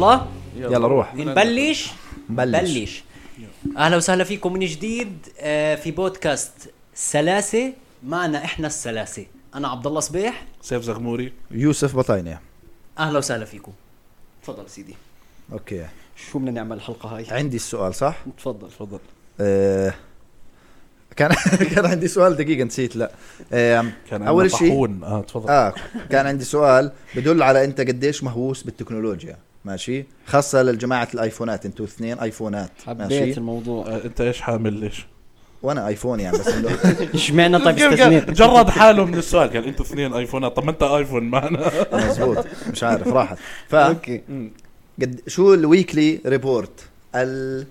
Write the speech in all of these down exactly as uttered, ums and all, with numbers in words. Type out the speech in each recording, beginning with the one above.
يلا يلا روح نبلش بلش. بلش اهلا وسهلا فيكم من جديد في بودكاست سلاسة. معنا احنا السلاسة، انا عبد الله صبيح، سيف زغموري، يوسف بطاينة. اهلا وسهلا فيكم. تفضل سيدي. اوكي شو بدنا نعمل الحلقة هاي؟ عندي السؤال صح؟ تفضل تفضل. آه كان كان عندي سؤال دقيقة نسيت. لا آه كان اول شيء اه تفضل. اه كان عندي سؤال بدل على انت قديش مهووس بالتكنولوجيا، ماشي، خاصة للجماعة الايفونات، انتوا اثنين ايفونات حبيت الموضوع. آه انت ايش حامل ليش؟ وانا ايفون يعني بس انه اشمعنى طيب استثنيت؟ جرد حاله من السؤال، قال انتوا اثنين ايفونات، طب ما انت ايفون معنا. مزبوط مش عارف راحت. ف اوكي قد شو الويكلي ريبورت ال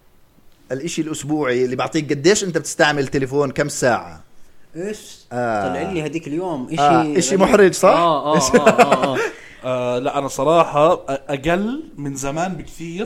الاشي الاسبوعي اللي بعطيك قديش انت بتستعمل تليفون كم ساعة؟ ايش آه. طلع لي هذيك اليوم اشي آه. اشي محرج صح؟ اه اه اه, آه, آه. آه لا انا صراحة اقل من زمان بكثير،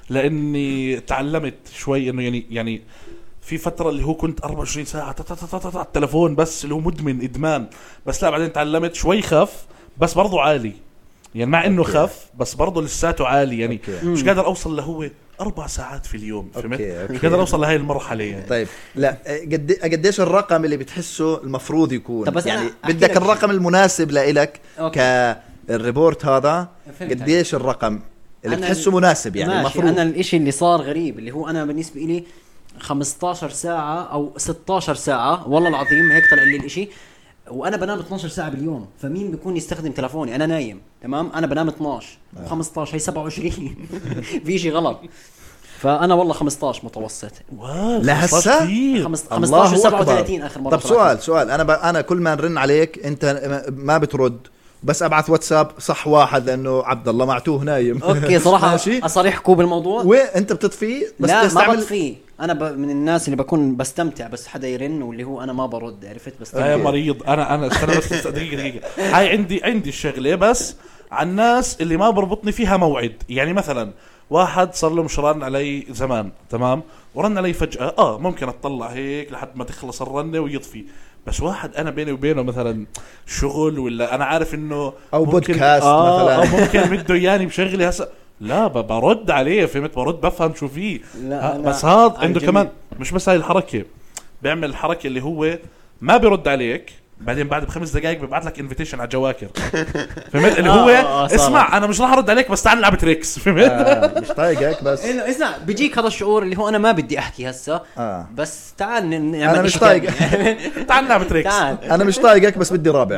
لاني تعلمت شوي انه يعني يعني في فترة اللي هو كنت أربعة وعشرين ساعة على التلفون بس، اللي هو مدمن إدمان. بس لا بعدين تعلمت شوي خف، بس برضو عالي يعني، مع إنه خف بس برضو لساته عالي يعني. أوكي. مش قادر أوصل له أربع ساعات في اليوم، فهمت؟ مش قادر أوصل لهاي المرحلة يعني. طيب لا قد قديش الرقم اللي بتحسه المفروض يكون؟ طب يعني بدك الرقم المناسب لإلك كالريبورت هذا. قديش الرقم اللي بتحسه مناسب يعني المفروض؟ أنا الإشي اللي صار غريب اللي هو أنا بالنسبة إلي خمستاشر ساعة أو ستاشر ساعة، والله العظيم هيك طلع لي الإشي، وأنا بنام اثناشر ساعة باليوم. فمين بيكون يستخدم تلفوني؟ أنا نايم تمام، أنا بنام اثناشر وخمستاشر هي سبعة وعشرين. في شيء غلط. فأنا والله خمستاشر متوسط لهسه خمستاشر سبعة وثلاثين آخر مرة. طب سؤال سؤال أنا ب... أنا كل ما نرن عليك أنت ما بترد، بس ابعث واتساب صح واحد لانه عبد الله معتوه نايم. اوكي صراحه اصارحكم بالموضوع. وانت بتطفيه بس لا تستعمل... ما بطفيه. انا ب... من الناس اللي بكون بستمتع بس حدا يرن واللي هو انا ما برد، عرفت؟ بس يا مريض. انا انا استنى بس دقيقه دقيقه هاي عندي عندي الشغله بس على الناس اللي ما بربطني فيها موعد. يعني مثلا واحد صار له مش رن علي زمان تمام، ورن علي فجاه اه ممكن اطلع هيك لحد ما تخلص الرنه ويطفي. بس واحد انا بيني وبينه مثلا شغل، ولا انا عارف انه او بودكاست آه مثلا او ممكن بده ياني بشغلي هسه، لا برد عليه، فهمت؟ برد بفهم شو فيه. بس هذا عنده كمان مش بس هاي الحركه، بيعمل الحركه اللي هو ما بيرد عليك، بعدين بعد بخمس دقائق ببعث لك انفيتيشن على جواكر. فهمت؟ اللي هو آه آه اسمع انا مش راح ارد عليك بس تعال نلعب تريكس، فهمت؟ آه مش طايقك بس انه اسمع بيجيك هذا الشعور اللي هو انا ما بدي احكي هسه آه. بس تعال نعمل انا مش طايق. تعال نلعب تريكس. انا مش طايقك بس بدي رابع.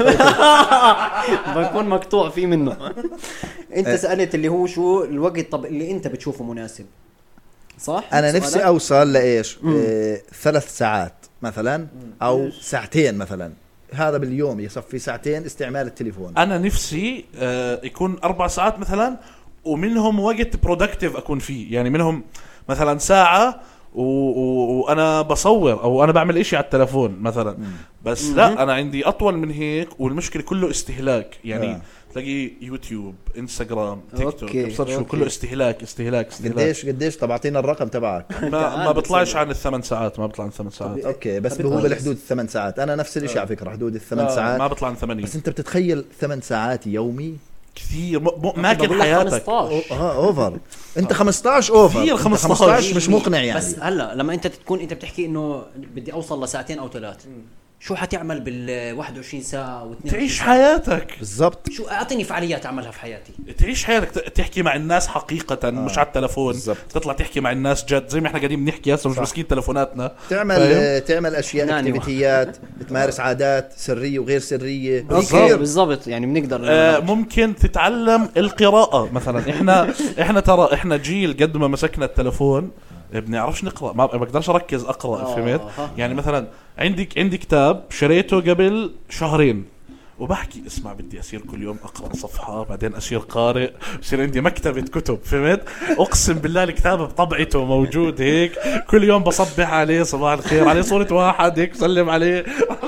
بكون مقطوع فيه منه. انت سألت اللي هو شو الوقت طب اللي انت بتشوفه مناسب صح؟ انا نفسي اوصل لايش؟ إيه ثلاث ساعات مثلا او ساعتين مثلا، هذا باليوم يصفي ساعتين استعمال التليفون. انا نفسي آه يكون اربع ساعات مثلا، ومنهم وقت برودكتيف اكون فيه، يعني منهم مثلا ساعة و... و... وانا بصور او انا بعمل اشي على التلفون مثلا. مم. بس مم. لا انا عندي اطول من هيك، والمشكلة كله استهلاك يعني. آه. تلاقي يوتيوب انستغرام تيك توك ابصر شو كله استهلاك استهلاك استهلاك. قديش قديش طب اعطينا الرقم تبعك. ما ما بيطلعش عن الثمان ساعات، ما بيطلع عن ثمان ساعات. اوكي بس هو بالحدود الثمان ساعات. انا نفس الشيء على فكرة، حدود الثمان ساعات ما بيطلع عن ثمانية. بس انت بتتخيل ثمان ساعات يومي كثير م... ماكل حياتك. اه اوفر. انت خمستاشر اوفر. كثير خمستاشر مش مقنع يعني. بس هلا لما انت تكون انت بتحكي انه بدي اوصل لساعتين او ثلاث، شو حتعمل بال واحد وعشرين ساعة واثنين؟ تعيش حياتك بالضبط. شو اعطيني فعاليات اعملها في حياتي. تعيش حياتك، تحكي مع الناس حقيقة. آه. مش على التلفون بالزبط. تطلع تحكي مع الناس جد زي ما احنا قاعدين بنحكي هسه، مش مسكين تلفوناتنا. تعمل فاهم؟ تعمل اشياء اكتيفيتيات، بتمارس عادات سرية وغير سرية. بالضبط يعني بنقدر آه ممكن تتعلم القراءة مثلا. احنا احنا ترى احنا جيل قد ما مسكنا التلفون بنعرفش نقرأ، ما بقدرش أركز أقرأ. فهمت؟ يعني مثلا عندك عندي كتاب شريته قبل شهرين وبحكي اسمع بدي أصير كل يوم أقرأ صفحة، بعدين أصير قارئ، بصير عندي مكتبة كتب. فهمت؟ أقسم بالله الكتاب بطبعته موجود هيك، كل يوم بصبح عليه صباح الخير، عليه صورة واحد هيك سلم عليه.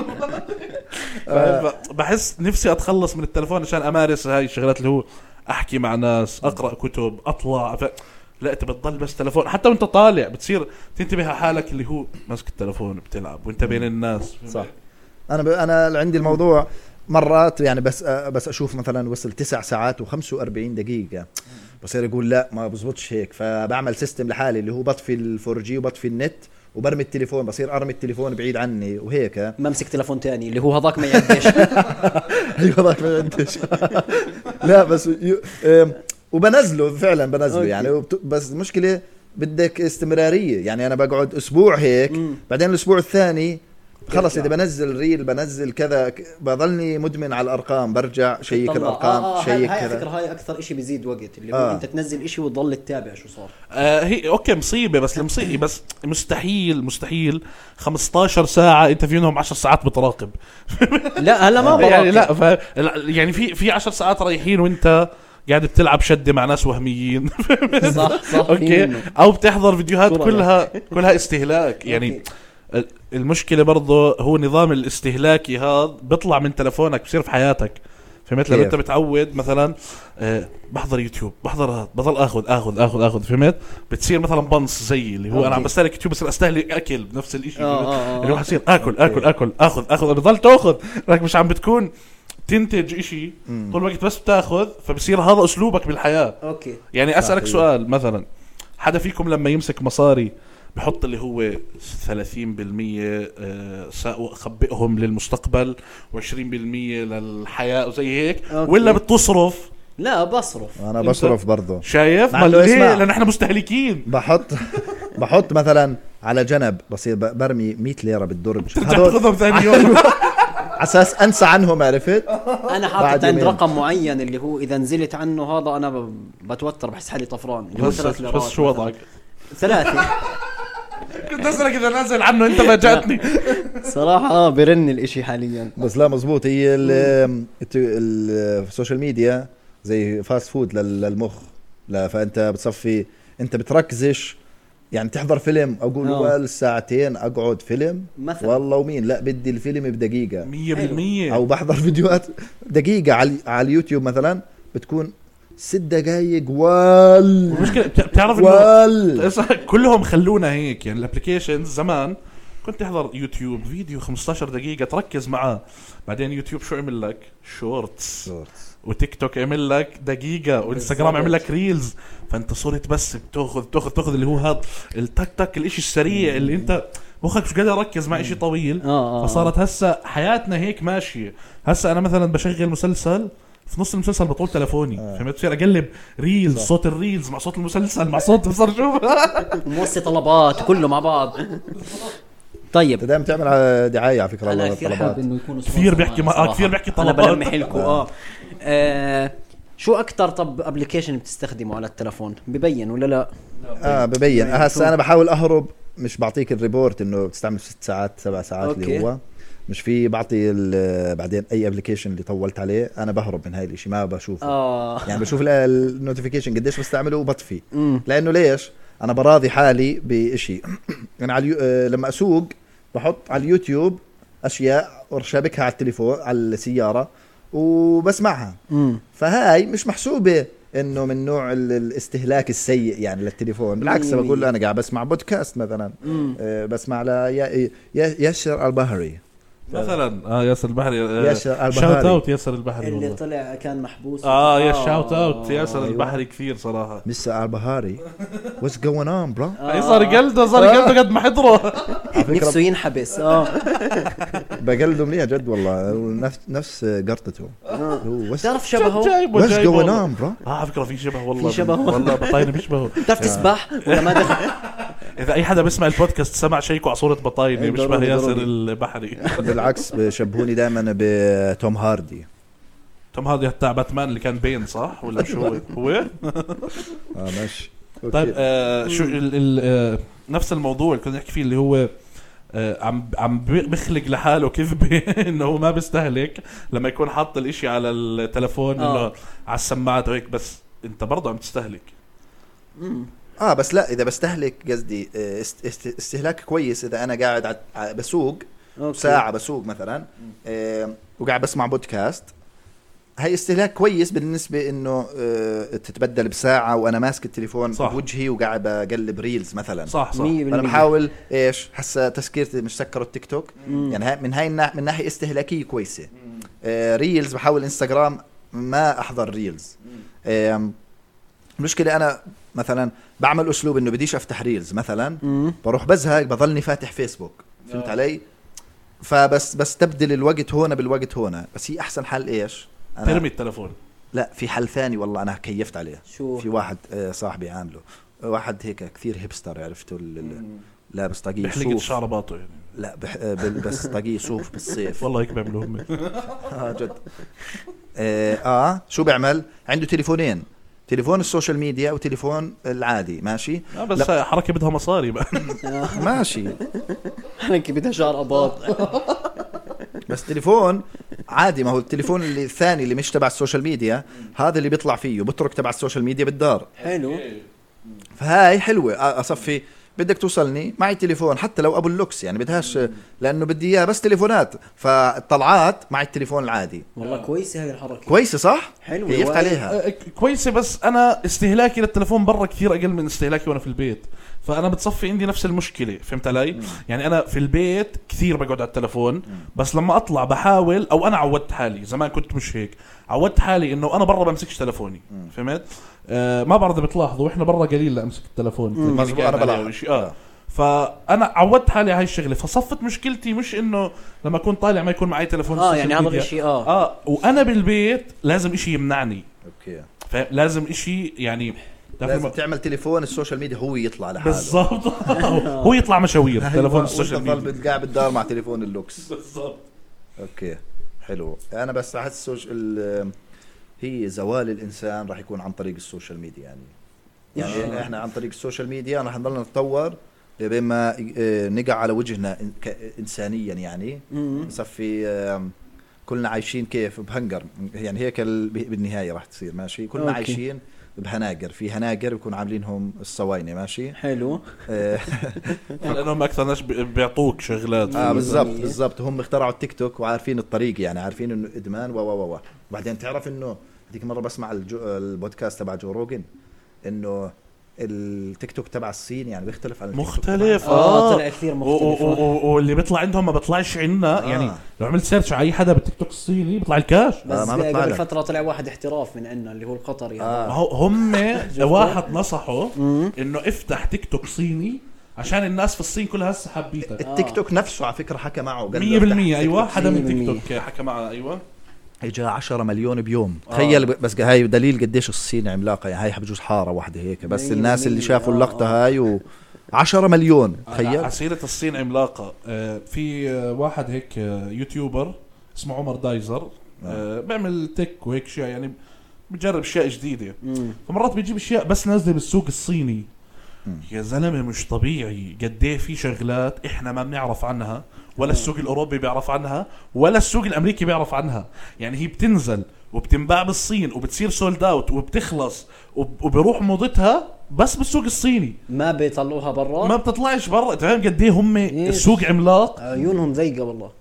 بحس نفسي أتخلص من التلفون عشان أمارس هاي الشغلات اللي هو أحكي مع ناس، أقرأ كتب، أطلع. ف... لا انت بتضل بس تلفون، حتى وانت طالع بتصير تنتبه على حالك اللي هو ماسك التلفون بتلعب وانت بين الناس. صح. انا ب... انا عندي الموضوع مرات يعني بس بس اشوف مثلا وصل تسع ساعات وخمسة وأربعين دقيقه، بصير يقول لا ما بزبطش هيك، فبعمل سيستم لحالي اللي هو بطفي الفور جي وبطفي النت وبرمي التليفون، بصير ارمي التليفون بعيد عني وهيك. ممسك تلفون تاني اللي هو هذاك ما يعدش. ايوه هذاك ما يعدش. لا بس يو... وبنزله فعلا بنزله أوكي. يعني وبت... بس المشكله بدك استمراريه، يعني انا بقعد اسبوع هيك مم. بعدين الاسبوع الثاني خلص اذا بنزل ريل بنزل كذا بضلني مدمن على الارقام، برجع شيك الارقام آه آه شيك هاي كذا. فكرة هاي اكثر اشي بيزيد وقت اللي هو آه. انت تنزل اشي وتضل تتابع شو صار. آه هي اوكي مصيبه، بس المصيبه بس مستحيل مستحيل خمستاشر ساعه انت فيهم عشر ساعات بتراقب. لا هلا ما براقب يعني لا ف... يعني في في عشر ساعات رايحين وانت قاعد بتلعب شده مع ناس وهميين. صح صح اوكي، او بتحضر فيديوهات كلها كلها استهلاك يعني. المشكله برضه هو نظام الاستهلاكي هذا بيطلع من تلفونك بصير في حياتك. فهمت؟ لما انت متعود مثلا آه بحضر يوتيوب بحضر هذا بضل اخذ اخذ اخذ اخذ فهمت؟ بتصير مثلا بنص زي اللي هو أوكي. انا عم بستهلك يوتيوب بصير استهلك اكل بنفس الاشي اللي هو حصير اكل اكل اكل اخذ اخذ بضل تاخذ لك مش عم بتكون تنتج اشي طول الوقت بس بتاخذ، فبصير هذا اسلوبك بالحياه. اوكي يعني اسالك صحيح. سؤال مثلا، حدا فيكم لما يمسك مصاري بحط اللي هو ثلاثين بالمية خبئهم للمستقبل وعشرين بالمية للحياة وزي هيك أوكي. ولا بتصرف؟ لا بصرف. انا بصرف برضو. شايف؟ ما ليه؟ لان احنا مستهلكين. بحط بحط مثلا على جنب بصير برمي مية ليرة بالدرج تاخذهم ثاني يوم اساس انسى عنهم. عرفت؟ انا حاطط عند رقم معين اللي هو اذا نزلت عنه هذا انا بتوتر بحس حالي طفران. بس, بس شو وضعك؟ ثلاثة. كنت أسألك إذا نازل عنه أنت ما جاتني. صراحة آه برن الإشي حاليا. بس لا مزبوط، هي السوشيال ميديا زي فاست فود للمخ. لا فأنت بتصفي أنت بتركزش يعني تحضر فيلم أقول أول ساعتين أقعد فيلم مثلا. والله ومين لا بدي الفيلم بدقيقة مية بالمية. أو بحضر فيديوهات دقيقة على على اليوتيوب مثلا بتكون ست دقايق وال المشكلة بتعرف وال كلهم خلونا هيك. يعني الابليكيشنز زمان كنت تحضر يوتيوب فيديو خمستاشر دقيقة تركز معاه، بعدين يوتيوب شو عمل لك؟ شورتس، وتيك توك عمل لك دقيقة، وانستغرام عمل لك ريلز، فانت صرت بس بتاخذ تاخذ تاخذ اللي هو هذا التك تك الاشي السريع اللي انت مخك مش قادر يركز مع اشي طويل. فصارت هسه حياتنا هيك ماشية. هسه انا مثلا بشغل مسلسل في نص المسلسل بطول تلفوني آه. فهمت؟ بصير اقلب ريلز صح. صوت الريلز مع صوت المسلسل مع صوت بصير شوف موصي طلبات كله مع بعض. طيب دائما تعمل دعايه على فكره. انا كثير حابب انه يكونوا كثير بحكي مع كثير بحكي طلبات. انا بلمح لكم آه. آه شو اكثر طب ابلكيشن بتستخدمه على التلفون ببين ولا لا؟ اه ببين. هسه انا بحاول اهرب، مش بعطيك الريبورت انه بتستعمل ست ساعات سبع ساعات أوكي. اللي هو مش في بعطي بعدين اي ابلكيشن اللي طولت عليه انا بهرب من هاي الاشي ما بشوفه آه. يعني بشوف النوتيفيكيشن قديش بستعمله وبطفي مم. لانه ليش انا براضي حالي بشيء. انا على لما اسوق بحط على اليوتيوب اشياء وشابكها على التليفون على السياره وبسمعها مم. فهاي مش محسوبه انه من نوع الاستهلاك السيء يعني للتليفون. بالعكس بقول انا قاعد بسمع بودكاست مثلا أه بسمع ل ياسر البحري مثلا. اه ياسر البحري ياسر شاوت اوت ياسر البحري اللي والله. طلع كان محبوس اه يا شاوت اوت ياسر البحري كثير صراحه. مستر البحري واتس جوين اون برو. اي صار قلده صار قلده قد ما حضره نفسه ينحبس. اه بقلده منيح جد والله نفس نفس قرطته. تعرف شبهه واتس جوين اون برو. اه على فكره في شبه والله في شبه والله بطاينه بيشبهه. بتعرف تسبح ولا ما دخل؟ اذا اي حدا بيسمع البودكاست سمع شيكوا على صوره بطاينه بيشبه ياسر البحري. بالعكس بشبهوني دائما بتوم هاردي. توم هاردي تاع باتمان اللي كان بين صح ولا شو هو؟ اه ماشي. طيب آه شو ال ال آه نفس الموضوع اللي كنا نحكي فيه اللي هو آه عم عم بخلق لحاله كذبه انه هو ما بيستهلك لما يكون حاط الاشي على التلفون آه. انه على السماعات وهيك، بس انت برضه عم تستهلك. امم اه بس لا اذا بستهلك قصدي استهلاك كويس. اذا انا قاعد بسوق أوكي. ساعه بسوق مثلا آه وقاعد بسمع بودكاست، هاي استهلاك كويس بالنسبه انه آه تتبدل بساعه وانا ماسك التليفون بوجهي وقاعد بقلب ريلز مثلا. صح صح. انا بحاول ايش هسه تسكيرتي مش سكروا التيك توك مم. يعني من هاي من ناحيه استهلاكيه كويسه. آه ريلز بحاول انستغرام ما احضر ريلز. آه المشكله انا مثلا بعمل اسلوب انه بديش افتح ريلز مثلا، مم. بروح بزهق بضلني فاتح فيسبوك، فهمت آه. علي؟ فبس بس تبدل الوقت هنا بالوقت هنا. بس هي احسن حل ايش؟ أنا ترمي التلفون. لا في حل ثاني والله انا كيفت عليه. شو؟ في واحد آه صاحبي عامله، واحد هيك كثير هيبستر، عرفته لابس طاقية بحلقة صوف. شعر باطه يعني. لا بح... بس طاقية صوف بالصيف. والله هيك بيعملوا هم. اه جد. آه, اه شو بيعمل؟ عنده تليفونين، تليفون السوشيال ميديا وتليفون العادي، ماشي. آه بس لا. حركة بدها مصاري بقى. ماشي. حركة بدها شعر أباط. بس تليفون عادي، ما هو التليفون اللي الثاني اللي مش تبع السوشيال ميديا هذا اللي بيطلع فيه وبترك تبع السوشيال ميديا بالدار. حلو. فهاي حلوة. أصفي بدك توصلني معي تليفون حتى لو أبو اللوكس يعني بدهاش، لأنه بدي إياه بس تليفونات، فالطلعات مع التليفون العادي. والله كويسة هاي الحركة. كويسة صح؟ حلوة. كيفت عليها. آه، كويسة، بس أنا استهلاكي للتلفون برا كثير أقل من استهلاكي وأنا في البيت، فأنا بتصفي عندي نفس المشكلة. فهمت علي؟ مم. يعني أنا في البيت كثير بقعد على التلفون، مم. بس لما أطلع بحاول، أو أنا عودت حالي، زمان كنت مش هيك، عودت حالي إنه أنا برا بمسكش تلفوني. فهمت؟ آه ما بعرف إذا بتلاحظوا إحنا برا قليل لأمسك التلفون. مزبوط، أنا بلاحظ. آه فانا عودت حالي هاي الشغله، فصفت مشكلتي مش انه لما اكون طالع ما يكون معي تلفون. اه يعني هذا الشيء اه اه وانا بالبيت لازم اشي يمنعني. اوكي. فلازم اشي يعني لازم ما... تعمل تليفون السوشيال ميديا هو يطلع لحاله. بالضبط. هو يطلع مشاوير تلفون السوشيال ميديا، تضل قاعد بالدار مع تليفون اللوكس. بالضبط. اوكي حلو. انا بس احس السوشيال هي زوال الانسان راح يكون عن طريق السوشيال ميديا. يعني يعني احنا عن طريق السوشيال ميديا راح نضلنا نتطور بما نقع على وجهنا إنسانيا. يعني نصفي كلنا عايشين كيف بهنجر، يعني هيك بالنهاية راح تصير ماشي. كلنا أوكي. عايشين بهناجر، في هناجر بيكون عاملينهم الصواينة ماشي. حلو. لأنهم أكثر ناس بيعطوك شغلات. آه بالضبط بالضبط. هم اخترعوا التيك توك وعارفين الطريق، يعني عارفين إنه إدمان و و و وبعدين تعرف إنه هذيك مرة بسمع البودكاست تبع جو روجن إنه التيك توك تبع الصين يعني بيختلف عن مختلف. اه طلع كثير مختلف، واللي بيطلع عندهم ما بيطلعش عندنا. آه. يعني لو عملت سيرش على اي حدا بالتيك توك الصيني بيطلع الكاش. بس آه قبل فتره طلع واحد احتراف من عندنا اللي هو القطري. آه. هم واحد نصحه انه افتح تيك توك صيني عشان الناس في الصين كلها هسه حبيتك. التيك توك نفسه على فكره حكى معه مية بالمية. ايوه حدا من تيك توك حكى معه. ايوه اجى عشرة مليون بيوم. تخيل. آه. بس هاي دليل قديش الصين عملاقه. يعني هاي بجوز حاره واحده هيك بس مية الناس مية اللي شافوا اللقطه آه. هاي و عشرة مليون. تخيل. عسيرة الصين عملاقه. آه في آه واحد هيك آه يوتيوبر اسمه عمر دايزر. آه بيعمل تك وهيك شيء، يعني بجرب اشياء جديده. مم. فمرات بيجيب اشياء بس نازله بالسوق الصيني. مم. يا زلمه مش طبيعي قد ايه في شغلات احنا ما بنعرف عنها، ولا السوق الأوروبي بيعرف عنها، ولا السوق الأمريكي بيعرف عنها. يعني هي بتنزل وبتنباع بالصين وبتصير سولد اوت وبتخلص وبيروح موضتها بس بالسوق الصيني، ما بيطلعوها برا، ما بتطلعش برا. تفهم قد ايه هم السوق عملاق. عيونهم زيقة والله.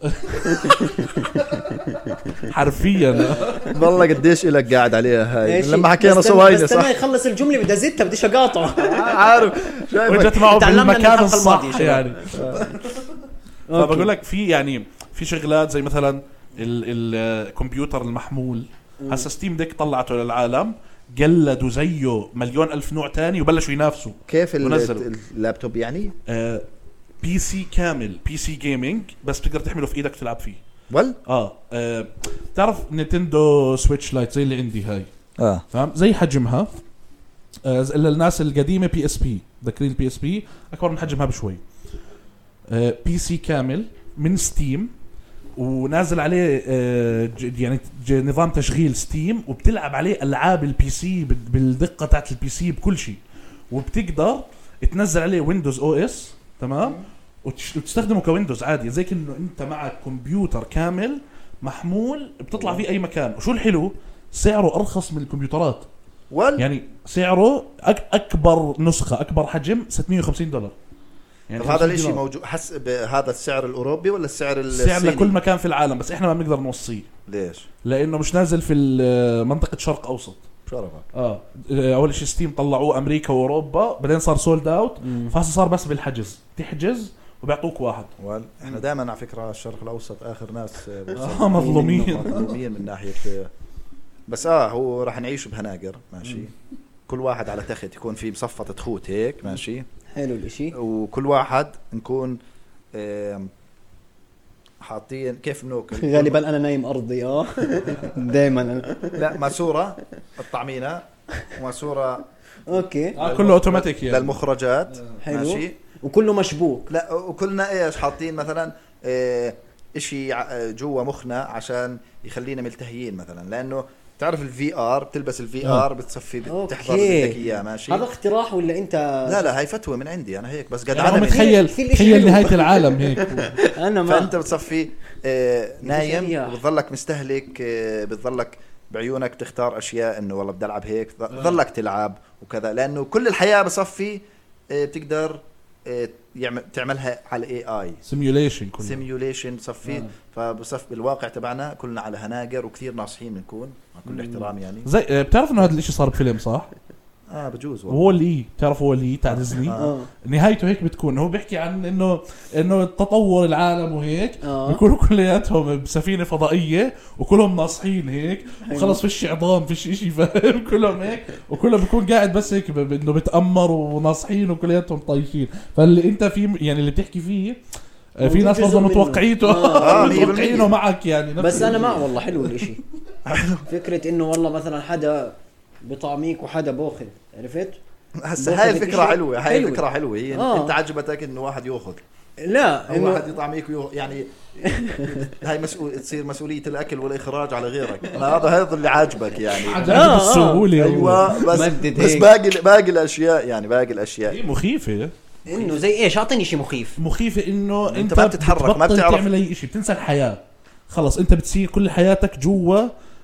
حرفيا والله قديش إلك قاعد عليها هاي لما حكينا صواينة صح. استنى يخلص الجملة بدي أزيدها بديش أقاطعه. عارف وجت معه بالمكان الصح يعني. فبقول لك في يعني في شغلات زي مثلا الكمبيوتر المحمول. هسه ستيم ديك طلعته للعالم، قلدوا زيه مليون ألف نوع تاني وبلشوا ينافسوا. كيف اللابتوب يعني؟ آه بي سي كامل، بي سي جيمينج، بس بتقدر تحمله في ايدك تلعب فيه. ول؟ آه, اه تعرف نينتندو سويتش لايت زي اللي عندي هاي. اه فاهم زي حجمها. آه الناس القديمة بي اس بي ذاكرين البي اس بي اكبر من حجمها بشوي. آه بي سي كامل من ستيم، ونازل عليه آه يعني نظام تشغيل ستيم، وبتلعب عليه العاب البي سي بالدقه تاعت البي سي بكل شيء، وبتقدر تنزل عليه ويندوز او اس تمام، وتستخدمه كويندوز عادي زي كأنه انت معك كمبيوتر كامل محمول بتطلع فيه اي مكان. وشو الحلو سعره ارخص من الكمبيوترات. وال؟ يعني سعره أك اكبر نسخه اكبر حجم ستمية وخمسين دولار. يعني هذا الاشي موجود حسب هذا السعر الاوروبي ولا السعر الصيني؟ السعر لكل مكان في العالم، بس احنا ما بنقدر نوصيه. ليش؟ لانه مش نازل في منطقه شرق اوسط. شرفك. اه اول شيء ستيم طلعوه امريكا واوروبا، بعدين صار سولد اوت، فهسه صار بس بالحجز تحجز وبيعطوك واحد. احنا دائما على فكره الشرق الاوسط اخر ناس آه مظلومين مظلومين من ناحيه. بس اه هو راح نعيش بهناجر ماشي. مم. كل واحد على تخت يكون في مصفطة خوت هيك ماشي. حلو الاشي. وكل واحد نكون حاطين كيف بنوكل. غالبا انا نايم ارضي اه دائما أنا. لا ماسوره الطعمينه وماسوره اوكي آه كله اوتوماتيك يعني للمخرجات. حلو. ماشي. وكله مشبوك. لا وكلنا ايش حاطين مثلا إيه اشي جوا مخنا عشان يخلينا ملتهيين مثلا. لانه تعرف الفي ار بتلبس الفي ار بتصفي بتحضر بدك اياه ماشي. هذا اقتراح ولا انت؟ لا لا هاي فتوى من عندي انا هيك بس قاعد انا متخيل تخيل نهايه العالم هيك انا ما فانت بتصفي آه نايم وبتضلك مستهلك آه بتضلك بعيونك تختار اشياء انه والله بدي العب هيك بتضلك تلعب وكذا. لانه كل الحياه بصفي آه بتقدر آه يعمل تعملها على الاي اي سيميوليشن كله سيميوليشن صفي. آه. فبصف بالواقع تبعنا كلنا على هناجر وكثير ناصحين بنكون مع كل احترام يعني. زي بتعرف انه هذا الاشي صار بفيلم صح؟ اه بجوز والله. هو اللي بتعرف هو اللي تاع ديزني آه. نهايته هيك بتكون هو بيحكي عن انه انه تطور العالم وهيك آه. بيكونوا كلياتهم بسفينه فضائيه وكلهم ناصحين هيك وخلص فيش عظام فيش اشي فاهم كلهم هيك وكلهم بيكون قاعد بس هيك انه بتأمر وناصحين وكلياتهم طايشين. فاللي انت في يعني اللي بتحكي فيه في ناس برضه متوقعيته آه. متوقعينه معك يعني. بس انا ما والله حلو الاشي فكره انه والله مثلا حدا بطعميك وحدا باخذ عرفت. هسه هاي الفكره حلوه هاي الفكره حلوه هي آه. انت عجبتك انه واحد ياخذ لا انه واحد يطعميك ويو... يعني هاي مسؤول تصير مسؤوليه الاكل والاخراج على غيرك. انا هذا هذا اللي عاجبك يعني عجبك السهوله. ايوه بس بس باقي باقي الاشياء يعني باقي الاشياء هي مخيفه انه زي ايش اعطيني شيء مخيف. مخيفه انه انت ما بتتحرك ما بتعرف تعمل اي شيء بتنسى الحياه خلص. انت بتصير كل حياتك جوا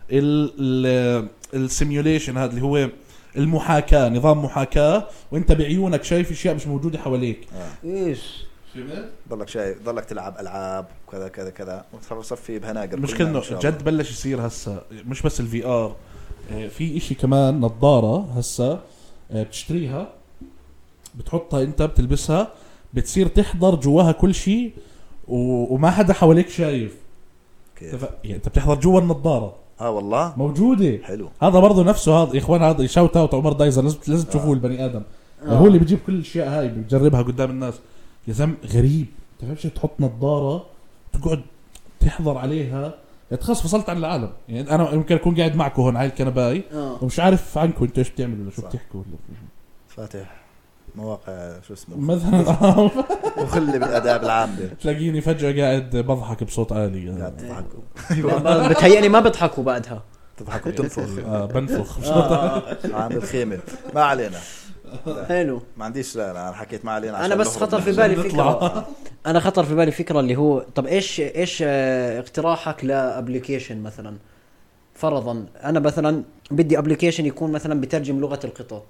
ال السيميوليشن هذا اللي هو المحاكاة نظام محاكاة وانت بعيونك شايف اشياء مش موجودة حواليك. آه. ايش ضلك شايف ضلك تلعب العاب وكذا كذا كذا وتصفي بهناجر. مش كأنه جد بلش يصير هسا مش بس الفي ار في اشي كمان نظارة هسا بتشتريها بتحطها انت بتلبسها بتصير تحضر جواها كل شيء وما حدا حواليك شايف كيف؟ يعني انت بتحضر جوا النظارة. اه والله موجوده. حلو. هذا برضه نفسه هذا يا اخوان هذا شاوت اوت عمر دايزر لازم لازم تشوفوه. آه. البني ادم آه. هو اللي بيجيب كل الاشياء هاي بيجربها قدام الناس. يا زلمه غريب انت فاهم شو تحط نظاره تقعد تحضر عليها تخص فصلت عن العالم. يعني انا يمكن اكون قاعد معكم هون على الكنباي آه. ومش عارف عنكم انتوا ايش بتعملوا ولا شو بتحكوا فاتح مواقع شو اسمه مثلا وخلي بالاداب العامه تلاقيني فجاه قاعد بضحك بصوت عالي. قاعد تضحكوا بتهيأني ما بضحكوا بعدها تضحكوا وتنفخ. اه بنفخ عامل خيمه ما علينا. حلو ما عنديش. لا انا حكيت ما علينا. انا بس خطر في بالي فكره انا خطر في بالي فكره اللي هو طب ايش ايش اقتراحك لابلكيشن مثلا فرضا انا مثلا بدي ابلكيشن يكون مثلا بترجم لغه القطط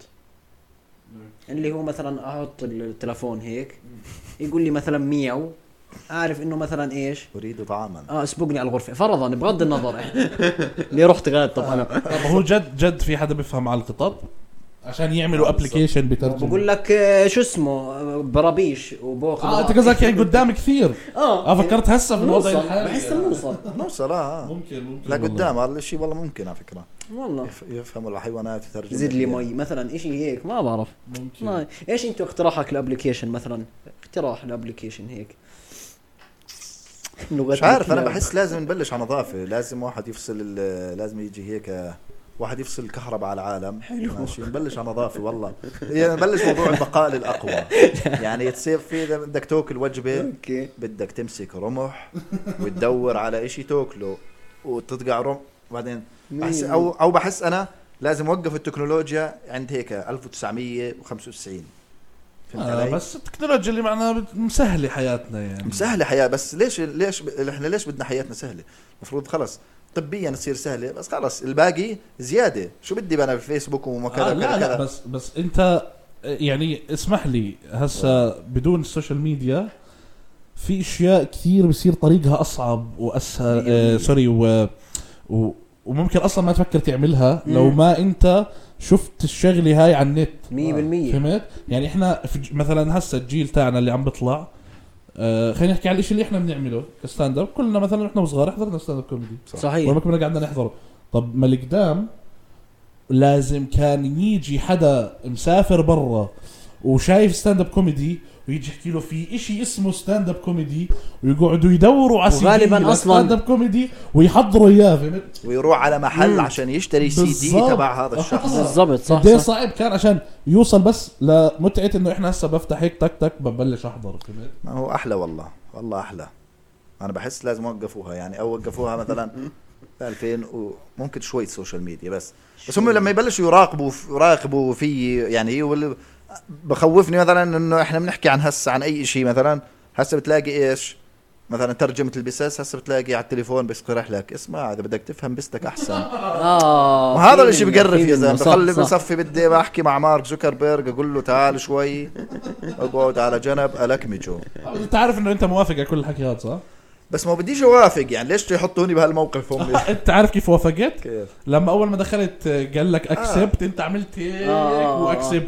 اللي هو مثلا احط التلفون هيك يقول لي مثلا مياو اعرف انه مثلا ايش اريد طعاما اه اسبقني على الغرفه فرضا بغض النظر اللي رحت غاد. طب انا طب هو جد جد في حدا بيفهم على القطط عشان يعملوا ابلكيشن بترجم. بقول لك شو اسمه برابيش وباخذ اه انت قصدك يعني قدام كثير. اه اه فكرت هسه في الوضع الحالي بحس نوصل نوصل اه ممكن ممكن لا قدام هذا الشيء والله ممكن على فكره والله يفهموا الحيوانات وترجمه. زيد لي مي مثلا شيء هيك ما بعرف ممكن. ما. ايش انتوا اقتراحك لابلكيشن مثلا اقتراح لابلكيشن هيك مش عارف انا بحس لازم نبلش على نظافه. لازم واحد يفصل لازم يجي هيك واحد يفصل الكهرباء على العالم. حلو. ماشي نبلش على نظافه والله يعني نبلش موضوع البقاء للاقوى يعني تصير في بدك تاكل وجبه اوكي بدك تمسك رمح وتدور على إشي تاكله وتطقع رمح وبعدين بحس او او بحس انا لازم اوقف التكنولوجيا عند هيك ألف وتسعمية وخمسة وتسعين. آه بس التكنولوجيا اللي معنا مسهله حياتنا يعني مسهله حياه. بس ليش ليش احنا ليش بدنا حياتنا سهله؟ المفروض خلص طبيا تصير سهله بس خلص الباقي زياده. شو بدي انا بالفيسبوك وكذا آه لا لا بس بس انت يعني اسمح لي هسه بدون السوشيال ميديا في اشياء كثير بصير طريقها اصعب واسهل آه سوري و, و وممكن اصلا ما تفكر تعملها لو ما انت شفت الشغله هاي على النت مية بالمية. فهمت يعني احنا مثلا هسه الجيل تاعنا اللي عم بيطلع آه خلينا نحكي على الشيء اللي احنا بنعمله كستاند اب. كلنا مثلا احنا وصغار حضرنا ستاند اب كوميدي صحيح وما كنا قاعدين نحضره. طب ما القدام لازم كان يجي حدا مسافر برا وشايف ستاند اب كوميدي ويجي يحكي له في إشي اسمه ستاند اب كوميدي ويقعدوا يدوروا على غالبا اصلا ستاند اب كوميدي ويحضروا اياه فهمت ويروح على محل مم. عشان يشتري سي دي تبع هذا الشخص. بالضبط صح ده صعب كان عشان يوصل بس لمتعه انه احنا هسه بفتح هيك تك تك ببلش احضر فهمت. ما هو احلى والله والله احلى. انا بحس لازم يوقفوها يعني او وقفوها مثلا ألفين وممكن شوي سوشيال ميديا بس بس هم لما يبلشوا يراقبوا يراقبوا في يعني هو بخوفني مثلا انه احنا بنحكي عن هسه عن اي شيء مثلا هسه بتلاقي ايش مثلا ترجمه البساس هسه بتلاقي على التليفون بيقترح لك اسمع اذا بدك تفهم بستك احسن. اه وهذا الشيء بقرف يا زلمه. بخلي بصفي بدي بحكي مع مارك زوكربيرج اقول له تعال شوي اقعد على جنب الكمجو. انت عارف انه انت موافق على كل الحكي هذا صح؟ بس ما بديش اوافق يعني ليش يحطوني بهالموقف هم؟ انت عارف كيف وافقت؟ كيف؟ لما اول ما دخلت قال لك اكسبت آه. انت عملت هيك آه. واكسبت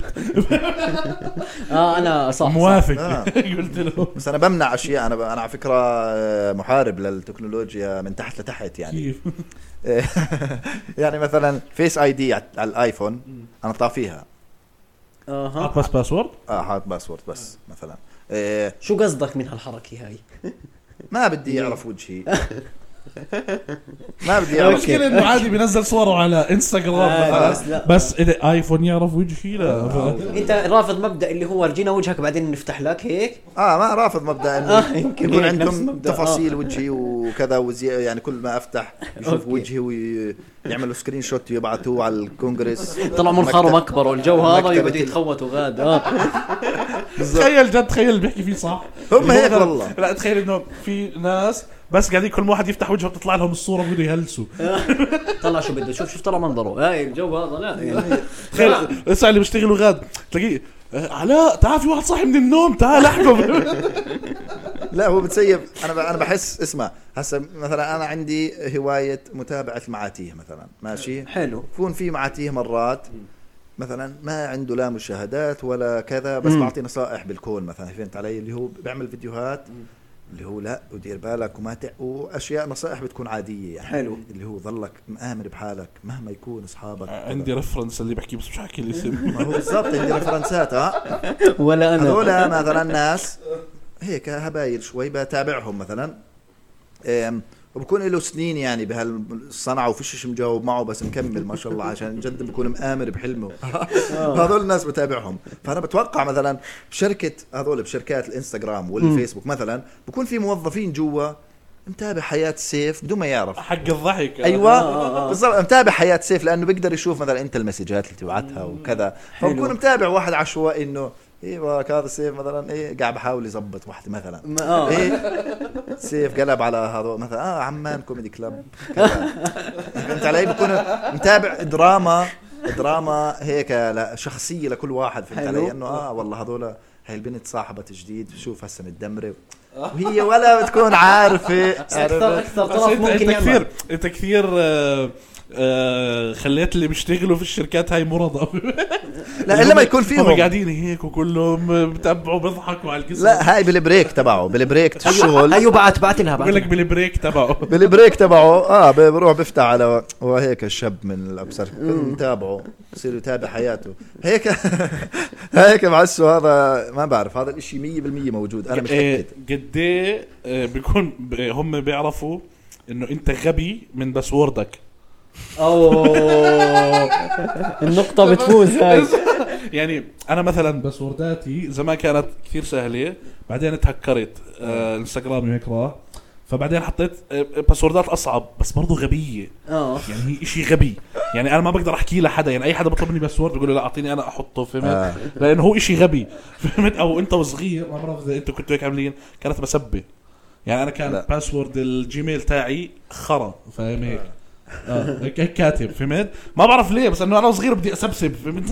اه انا صح موافق آه. قلت له بس انا بمنع اشياء. انا انا على فكره محارب للتكنولوجيا من تحت لتحت يعني كيف؟ يعني مثلا فيس اي دي على الايفون انا طافيها اه حاط بس باسورد اه حاط باسورد بس مثلا. إيه شو قصدك من هالحركه هاي؟ ما بدي يعرف وجهي ما بدي يعرف. المشكلة انه عادي بينزل صوره على انستغرام مثلا بس اذا ايفون يعرف وجهي لا. انت رافض مبدأ اللي هو ورجينا وجهك بعدين نفتح لك هيك. اه ما رافض مبدأ انه آه يكون عندهم تفاصيل آه. وجهي وكذا وزي يعني كل ما افتح يشوف وجهي ويعملوا سكرين شوت ويبعثوه على الكونغرس طلع منخرم اكبر والجو هذا يبدأ يتخوتوا غاد اه تخيل جد تخيل بيحكي فيه صح هم هيك والله. لا تخيل انه في ناس بس قاعدين كل واحد يفتح وجهه وتطلع لهم الصوره وبده يهلسوا طلع شو بده شوف شوف طلع منظره هاي الجو هذا لا يعني تخيل الساعه اللي بيشتغلوا غاد تلاقيه علاء تعال في واحد صاحي من النوم تعال احكم. لا هو بتسيب. انا انا بحس اسمع هسه مثلا انا عندي هوايه متابعه المعاتيه مثلا ماشي حلو يكون في معاتيه مرات مثلا ما عنده لا مشاهدات ولا كذا بس بعطي نصائح بالكون مثلا فهمت علي اللي هو بيعمل فيديوهات اللي هو لا ودير بالك وما ت... واشياء نصائح بتكون عاديه يعني حلو اللي هو ظلك مآمن بحالك مهما يكون اصحابك. عندي ريفرنس اللي بحكي بس مش حكي الاسم. ما هو بالضبط عندي ريفرنسات ها ولا انا هذول مثلا الناس هيك هبايل شوي بتابعهم مثلا وبكون له سنين يعني بهالصنعة وفيش شيء مجاوب معه بس مكمل ما شاء الله عشان جد بكون مآمر بحلمه. هذول الناس بتابعهم. فأنا بتوقع مثلا بشركة هذول بشركات الانستغرام والفيسبوك مثلا بكون في موظفين جوا متابع حياة سيف بدون ما يعرف حق الضحك. أيوة بالضبط متابع حياة سيف لأنه بيقدر يشوف مثلا أنت المسجات اللي تبعتها وكذا. فبكون متابع واحد عشوائي إنه ايه بارك هذا سيف مثلا ايه قاعد بحاول يزبط واحده مثلا آه. ايه سيف قلب على هذا مثلا اه عمان كوميدي كلاب فهمت علي. بكون متابع دراما دراما هيك لا شخصيه لكل واحد فهمت علي انه اه والله هذول هاي البنت صاحبه جديد شوف هسه متدمره وهي ولا بتكون عارفه اكثر اكثر طرف ممكن انت كثير انت كثير آه آه خليت اللي بيشتغلوا في الشركات هاي مرضى. لا الا ما يكون فيهم هم قاعدين هيك وكلهم بتابعوا بيضحكوا على القصه. لا هاي بالبريك تبعه بالبريك الشغل. ايوه بعت بعت لها بقول لك بالبريك تبعه بالبريك تبعه اه بروح بفتح على هو هيك الشاب من الابصر متابعه بصير يتابع حياته هيك هيك بعسه. هذا ما بعرف هذا الاشي مية بالمية موجود. انا متاكد قد ايه بيكون هم بيعرفوا انه انت غبي من باسوردك. اوه النقطة بتفوز هاي. يعني انا مثلا باسورداتي زمان كانت كثير سهلة بعدين تهكرت آه انستغرامي هيك راح فبعدين حطيت باسوردات اصعب بس برضو غبية. اه يعني هي اشي غبي يعني انا ما بقدر احكي لحدا يعني اي حدا بطلب مني باسورد بقول له لا اعطيني انا احطه فهمت آه. لانه هو اشي غبي فهمت. او انت وصغير ما بعرف اذا انتوا كنتوا هيك عاملين كانت مسبة يعني انا كان لا. باسورد الجيميل تاعي خرا فاهم هيك اه هيك كاتب فهمت ما بعرف ليه بس انه انا صغير بدي اسبسب فهمت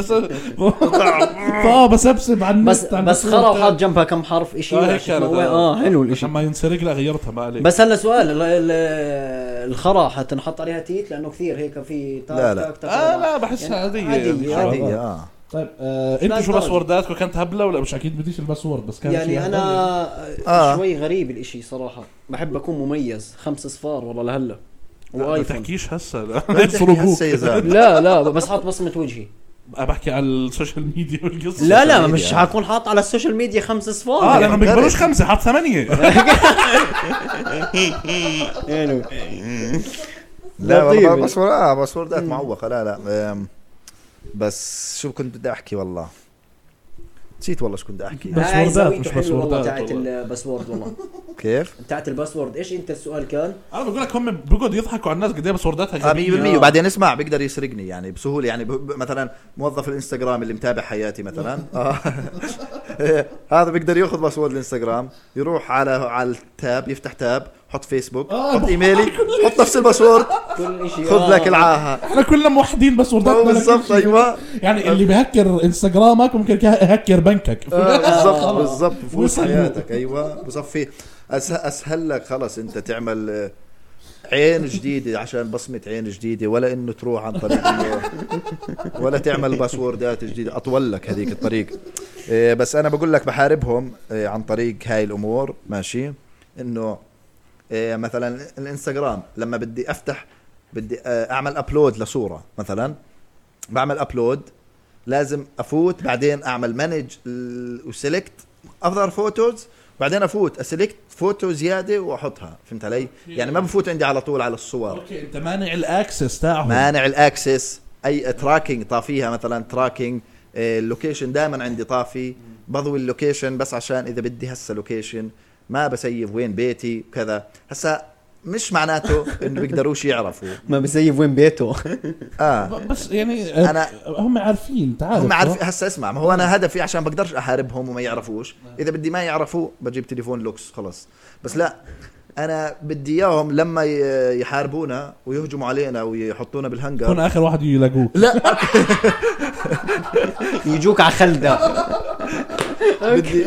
اه بسبسب عن بس بس خرا وحاط جنبها كم حرف اشي اه حلو الاشي لما ينسرق لا غيرتها ما عليك. بس هلا سؤال الخرا حتنحط عليها تيت لانه كثير هيك في لا لا اه لا بحسها عاديه عاديه اه طيب آه انت شو باسورداتك كانت هبله ولا مش اكيد بديش الباسورد بس كان يعني انا آه. شوي غريب الاشي صراحه بحب اكون مميز خمس اصفار والله لهلا ما تحكيش هسه لا لا لا بس حاط بصمه وجهي بحكي على السوشيال ميديا والقصه لا لا مش حكون حاط على السوشيال ميديا خمس اصفار اه لانه بيقبلوش خمسه حاط ثمانيه يعني لا والله باسورد اه باسوردات معوقه لا لا بس شو كنت بدي احكي والله نسيت والله شو كنت احكي باسوردات مش باسوردات تاعت الباسورد والله كيف تاعت الباسورد ايش انت السؤال كان انا بقول لك هم بيقعدوا يضحكوا على الناس قد ايه باسورداتها مية بالمية وبعدين اسمع بيقدر يسرقني يعني بسهوله يعني مثلا موظف الانستغرام اللي متابع حياتي مثلا هذا بيقدر ياخذ باسورد الانستغرام يروح على على التاب يفتح تاب حط فيسبوك حط ايميلي حط نفس الباسورد خذ لك العاهه احنا كلنا موحدين باسورداتنا بالضبط ايوه يعني اللي بهكر انستغرامك ممكن يهكر بنكك بالضبط بالضبط بفوت حياتك ايوه بصفي اسهل لك خلص انت تعمل عين جديده عشان بصمه عين جديده ولا انه تروح عن طريق ولا تعمل باسوردات جديده اطول لك هذيك الطريق بس انا بقول لك بحاربهم عن طريق هاي الامور ماشي انه مثلا الانستغرام لما بدي افتح بدي اعمل ابلود لصوره مثلا بعمل ابلود لازم افوت بعدين اعمل مانج وسيلكت افضل فوتوز بعدين افوت اسلكت فوتو زياده واحطها فهمت علي يعني ما بفوت عندي على طول على الصور اوكي انت مانع الاكسس تاعهم مانع الاكسس اي تراكنج طافيها مثلا تراكنج اللوكيشن دائما عندي طافي بضوي اللوكيشن بس عشان اذا بدي هسه لوكيشن ما بسيف وين بيتي وكذا هسه مش معناته انه بيقدروش يعرفوا ما بسيف وين بيته اه بس يعني أنا هم عارفين تعال هم عارفين هسه اسمع ما هو انا هدفي عشان بقدرش احاربهم وما يعرفوش اذا بدي ما يعرفوا بجيب تليفون لوكس خلاص بس لا انا بدي اياهم لما يحاربونا ويهجموا علينا ويحطونا بالهنجر كون اخر واحد يلاقوك لا يجوك على خلده بدي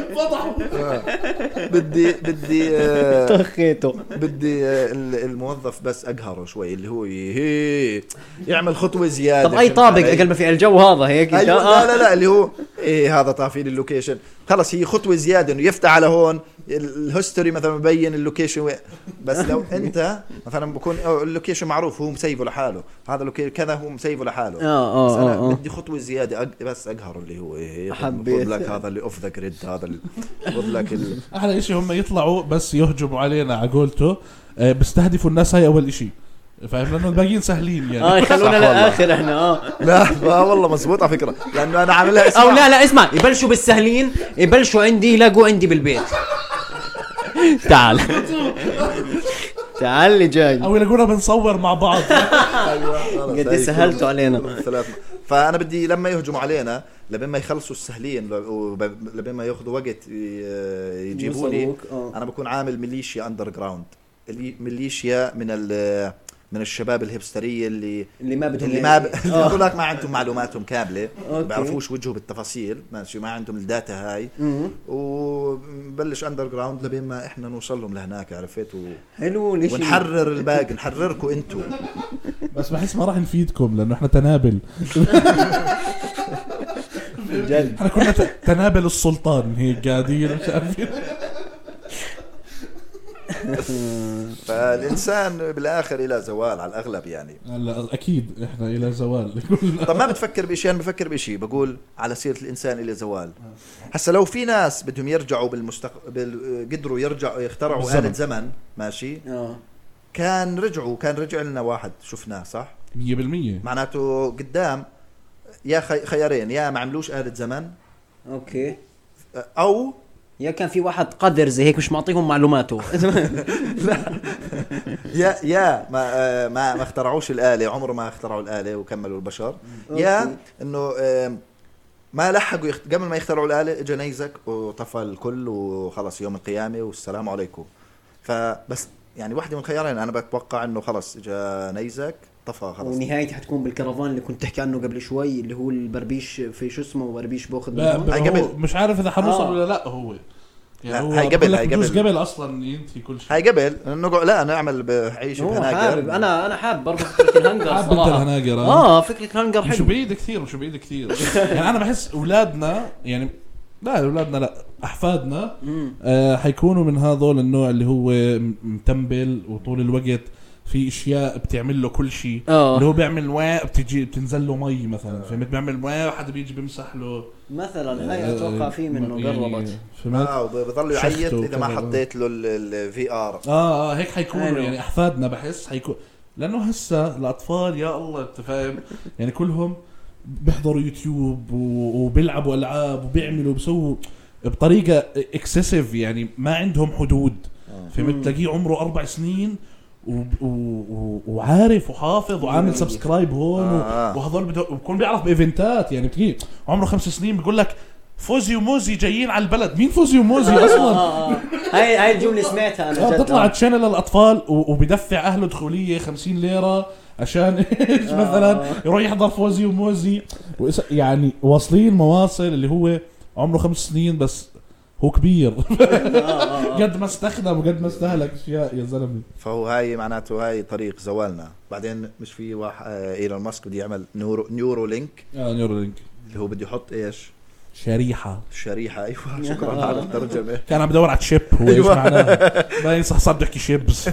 بدي بدي طخيته بدي الموظف بس اقهره شوي اللي هو يعمل خطوه زياده طب اي طابق اقل ما في الجو هذا هيك أيوة لا لا لا اللي هو ايه هذا طافي لي اللوكيشن خلص هي خطوه زياده انه يفتح على هون الهيستوري مثلا مبين اللوكيشن بس لو انت مثلا بكون اللوكيشن معروف هو مسيفه لحاله هذا اللوكيشن كذا هو مسيفه لحاله اه بس انا اه بدي خطوه زياده بس اقهر اللي هو ايه حبيت لك هذا اللي اوف ذا جريد هذا اللي خذ لك ال... احلى شيء هم يطلعوا بس يهجموا علينا على قولته بيستهدفوا الناس هاي اول شيء فاهم لانه الباقيين سهلين يعني اه يخلونا للاخر احنا اه لا آه والله مزبوط على فكره لانه انا عاملها اسمع او لا لا اسمع يبلشوا بالسهلين يبلشوا عندي يلاقوا عندي بالبيت تعال تعال لي جاي او يلاقونا بنصور مع بعض ايوه قد سهلتوا علينا فانا بدي لما يهجموا علينا لبين ما يخلصوا السهلين لبين ما ياخذوا وقت يجيبوا لي انا بكون عامل ميليشيا اندر جراوند ميليشيا من من الشباب الهبستريه اللي اللي ما بدهم اللي ما ب... هذولك ما عندهم معلوماتهم كامله ما بيعرفوش وجهه بالتفاصيل ماشي ما عندهم الداتا هاي وبلش اندر جراوند لبين ما احنا نوصل لهم لهناك عرفت و... حلو ليش ونحرر الباقي نحرركم انتم بس بحس ما راح نفيدكم لانه احنا تنابل جد احنا كنا تنابل السلطان هيك قاعدين مش عارفين فالإنسان بالآخر إلى زوال على الأغلب يعني لا أكيد إحنا إلى زوال طب ما بتفكر بشيء أنا بفكر بشيء بقول على سيرة الإنسان إلى زوال هسا لو في ناس بدهم يرجعوا بالمستقبل قدروا يرجعوا يخترعوا آلة زمن ماشي آه. كان رجعوا كان رجع لنا واحد شفناه صح مية بالمية معناته قدام يا خيارين يا ما عملوش آلة زمن أوكي أو يا كان في واحد قدر زي هيك مش معطيهم معلوماته لا يا يا ما ما ما اخترعوش الآلة عمره ما اخترعوا الآلة وكملوا البشر يا انه ما لحقوا يخت... قبل ما يخترعوا الآلة اجى نيزك وطفى الكل وخلص يوم القيامة والسلام عليكم فبس يعني واحدة من الخيارين انا بتوقع انه خلص اجى نيزك طفى خلص ونهايتي حتكون بالكرفان اللي كنت تحكي عنه قبل شوي اللي هو البربيش في شو اسمه بربيش باخذ قبل مش عارف اذا حنوصل آه. ولا لا هو يعني هاي قبل هاي قبل قبل قبل اصلا ينتهي كل شيء. هاي قبل نقعد لا نعمل بعيش بهناجر. انا انا حاب برضه فكره الهنجر حاب انت الهناجر اه فكره الهنجر حلو. شو بعيد كثير وشو بعيد كثير يعني انا بحس اولادنا يعني لا اولادنا لا احفادنا آه حيكونوا من هذول النوع اللي هو متنبل وطول الوقت في اشياء بتعمل له كل شيء اللي هو بيعمل واء بتجي بتنزل له مي مثلا فهمت بيعمل واء وحد بيجي بيمسح له مثلا هاي اتوقع فيه منه قربت اه وبضل يعيط اذا ما حطيت له الفي ار اه اه هيك حيكونوا يعني احفادنا بحس حيكون لانه هسه الاطفال يا الله انت فاهم يعني كلهم بيحضروا يوتيوب وبيلعبوا العاب وبيعملوا بيسووا بطريقه اكسسيف يعني ما عندهم حدود فهمت تلاقيه عمره اربع سنين و... و... وعارف وحافظ وعامل سبسكرايب هون آه. وهذول بده بكون بيعرف بايفنتات يعني بتجي عمره خمس سنين بيقول لك فوزي وموزي جايين على البلد. مين فوزي وموزي اصلا؟ هاي هاي الجمله سمعتها انا جد بتطلع تشانل للاطفال وبدفع اهله دخوليه خمسين ليره عشان مثلا يروح يحضر فوزي وموزي يعني واصلين مواصل اللي هو عمره خمس سنين بس هو كبير قد ما استخدم وقد ما استهلك اشياء يا زلمه. فهو هاي معناته هاي طريق زوالنا. بعدين مش في واحد ايلون ماسك بده يعمل نورو نيورو لينك اه نيورو لينك اللي هو بده يحط ايش شريحه شريحه ايوه شكرا على الترجمه. كان عم بدور على تشيب هو ايش معناها باين صح صار بحكي شيبس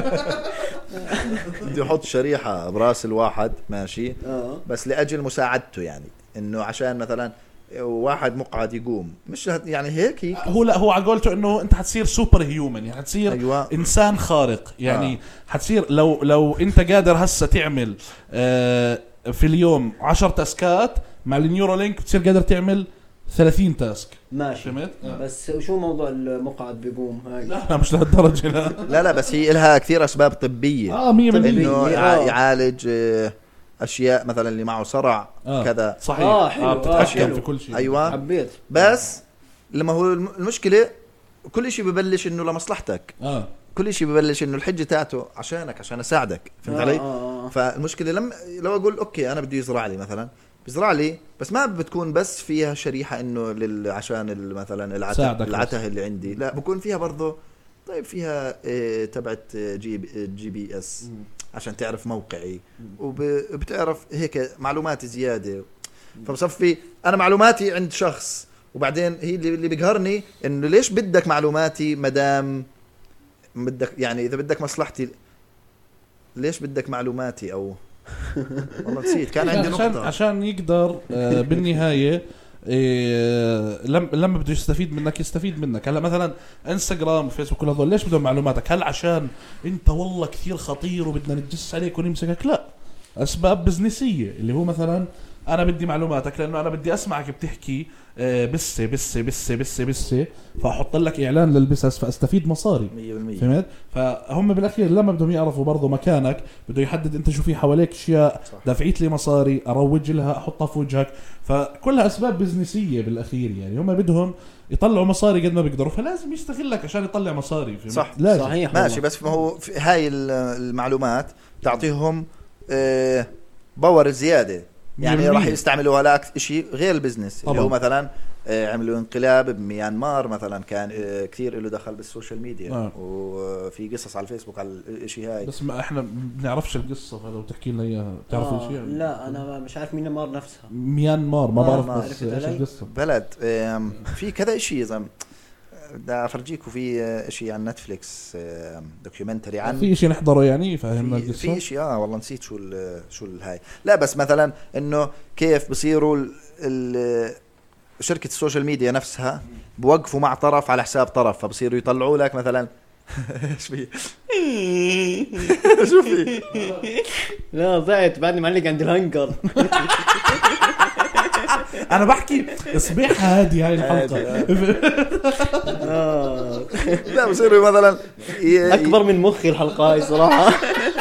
بده يحط شريحه براس الواحد ماشي بس لاجل مساعدته يعني انه عشان مثلا واحد مقعد يقوم مش يعني هيك, هيك هو لا هو على قولته انه انت حتصير سوبر هيومن يعني حتصير أيوة. انسان خارق يعني آه. حتصير لو لو انت قادر هسه تعمل آه في اليوم عشر تاسكات مع النيورو لينك بتصير قادر تعمل ثلاثين تاسك ماشي آه. بس شو موضوع المقعد بيقوم هاي؟ لا مش لهالدرجه لا لا لا بس هي لها كثير اسباب طبيه اه مية بالمية انه يعالج آه اشياء مثلا اللي معه صرع آه. كذا صحيح اه حلو آه بتتحكم آه في كل شيء. ايوه حبيت بس لما هو المشكله كل شيء ببلش انه لمصلحتك اه كل شيء ببلش انه الحجه تاعته عشانك عشان اساعدك فهمت آه علي آه. فالمشكله لما لو اقول اوكي انا بدي يزرع لي مثلا بزرع لي بس ما بتكون بس فيها شريحه انه لل... عشان مثلا العته العته اللي عندي لا بكون فيها برضه طيب فيها إيه تبعت جي بي, جي بي اس عشان تعرف موقعي وبتعرف هيك معلومات زياده فبصفي انا معلوماتي عند شخص وبعدين هي اللي بيقهرني انه ليش بدك معلوماتي مدام بدك يعني اذا بدك مصلحتي ليش بدك معلوماتي او والله نسيت كان عندي عشان نقطه عشان يقدر بالنهايه إيه لما لما بده يستفيد منك يستفيد منك. هلا مثلا انستغرام وفيسبوك كل هذول ليش بدهم معلوماتك؟ هل عشان انت والله كثير خطير وبدنا نتجسس عليك ونمسكك؟ لا اسباب بزنسيه اللي هو مثلا انا بدي معلوماتك لانه انا بدي اسمعك بتحكي بسه بسه بسه بسه بسه فاحط لك اعلان للبسس فاستفيد مصاري مية بالمية. فهمت؟ فهم بالاخير لما بدهم يعرفوا برضه مكانك بده يحدد انت شو في حواليك اشياء دفعت لي مصاري اروج لها احطها في وجهك فكلها اسباب بزنسيه بالاخير يعني هم بدهم يطلعوا مصاري قد ما بيقدروا فلازم يستغلك عشان يطلع مصاري فهمت؟ صح لازم. صحيح ماشي بس ما هو هاي المعلومات تعطيهم اه باور زياده يعني راح يستعملوها لك شيء غير البزنس اللي هو مثلا عملوا انقلاب بميانمار مثلا كان كثير له دخل بالسوشيال ميديا آه. وفي قصص على الفيسبوك على الشيء هاي بس ما احنا بنعرفش القصه فلو تحكي لنا اياها بتعرف آه شيء؟ لا انا مش عارف ميانمار نفسها ميانمار ما بعرف آه بس ايش القصه بلد في كذا شيء يا زلمه بدي افرجيكم في شيء عن نتفليكس دوكيومنتري عن في شيء نحضره يعني فهمنا القصه في شيء اه والله نسيت شو ال شو الهاي لا بس مثلا انه كيف بصيروا ال ال شركه السوشيال ميديا نفسها بوقفوا مع طرف على حساب طرف فبصيروا يطلعوا لك مثلا ايش في شو في لا ضعت بعدني معلق عند الهنجر انا بحكي اصبح هادي هاي الحلقه لا بصيروا مثلا اكبر من مخي الحلقه هاي صراحه